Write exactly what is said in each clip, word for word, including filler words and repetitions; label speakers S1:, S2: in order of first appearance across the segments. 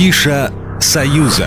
S1: Афиша «Союза».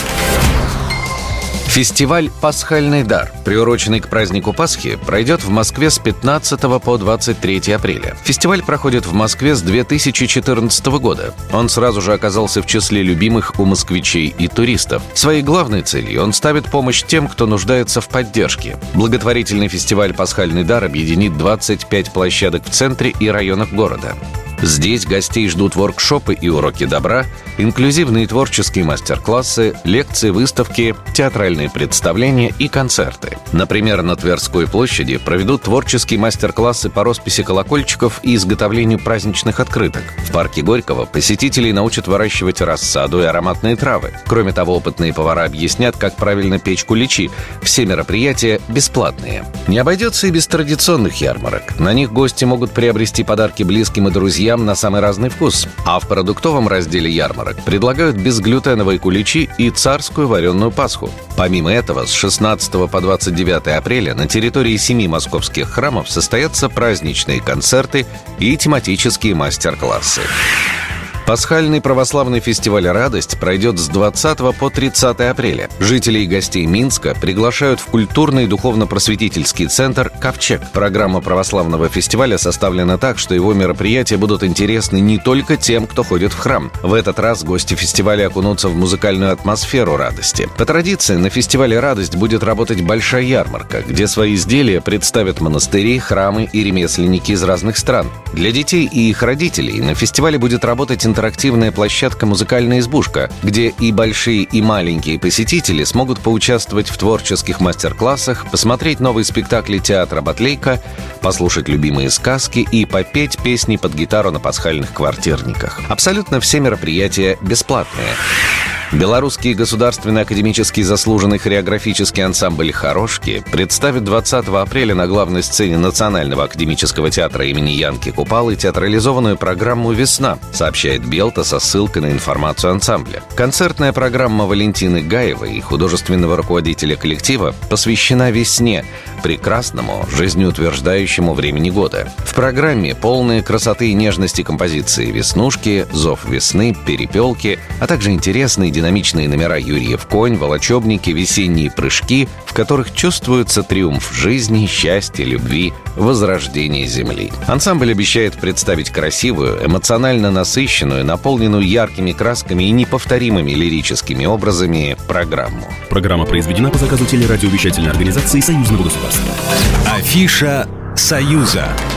S2: Фестиваль «Пасхальный дар», приуроченный к празднику Пасхи, пройдет в Москве с пятнадцатого по двадцать третье апреля. Фестиваль проходит в Москве с две тысячи четырнадцатого года. Он сразу же оказался в числе любимых у москвичей и туристов. Своей главной целью он ставит помощь тем, кто нуждается в поддержке. Благотворительный фестиваль «Пасхальный дар» объединит двадцать пять площадок в центре и районах города. Здесь гостей ждут воркшопы и уроки добра, инклюзивные творческие мастер-классы, лекции, выставки, театральные представления и концерты. Например, на Тверской площади проведут творческие мастер-классы по росписи колокольчиков и изготовлению праздничных открыток. В парке Горького посетителей научат выращивать рассаду и ароматные травы. Кроме того, опытные повара объяснят, как правильно печь куличи. Все мероприятия бесплатные. Не обойдется и без традиционных ярмарок. На них гости могут приобрести подарки близким и друзьям на самый разный вкус. А в продуктовом разделе ярмарок предлагают безглютеновые куличи и царскую вареную пасху. Помимо этого, с шестнадцатого по двадцать девятое апреля на территории семи московских храмов состоятся праздничные концерты и тематические мастер-классы. Пасхальный православный фестиваль «Радость» пройдет с двадцатого по тридцатое апреля. Жителей и гостей Минска приглашают в культурный и духовно-просветительский центр «Ковчег». Программа православного фестиваля составлена так, что его мероприятия будут интересны не только тем, кто ходит в храм. В этот раз гости фестиваля окунутся в музыкальную атмосферу радости. По традиции, на фестивале «Радость» будет работать большая ярмарка, где свои изделия представят монастыри, храмы и ремесленники из разных стран. Для детей и их родителей на фестивале будет работать интерактивная площадка «Музыкальная избушка», где и большие, и маленькие посетители смогут поучаствовать в творческих мастер-классах, посмотреть новые спектакли театра «Батлейка», послушать любимые сказки и попеть песни под гитару на пасхальных квартирниках. Абсолютно все мероприятия бесплатные. Белорусский государственный академический заслуженный хореографический ансамбль «Хорошки» представит двадцатого апреля на главной сцене Национального академического театра имени Янки Купалы театрализованную программу «Весна», сообщает Белта со ссылкой на информацию ансамбля. Концертная программа Валентины Гаевой и художественного руководителя коллектива посвящена весне, прекрасному, жизнеутверждающему времени года. В программе полные красоты и нежности композиции «Веснушки», «Зов весны», «Перепелки», а также интересные динамичные номера «Юрьев конь», «Волочебники», «Весенние прыжки», в которых чувствуется триумф жизни, счастья, любви, возрождения земли. Ансамбль обещает представить красивую, эмоционально насыщенную, наполненную яркими красками и неповторимыми лирическими образами программу.
S3: Программа произведена по заказу телерадиовещательной организации Союзного государства.
S1: Афиша «Союза».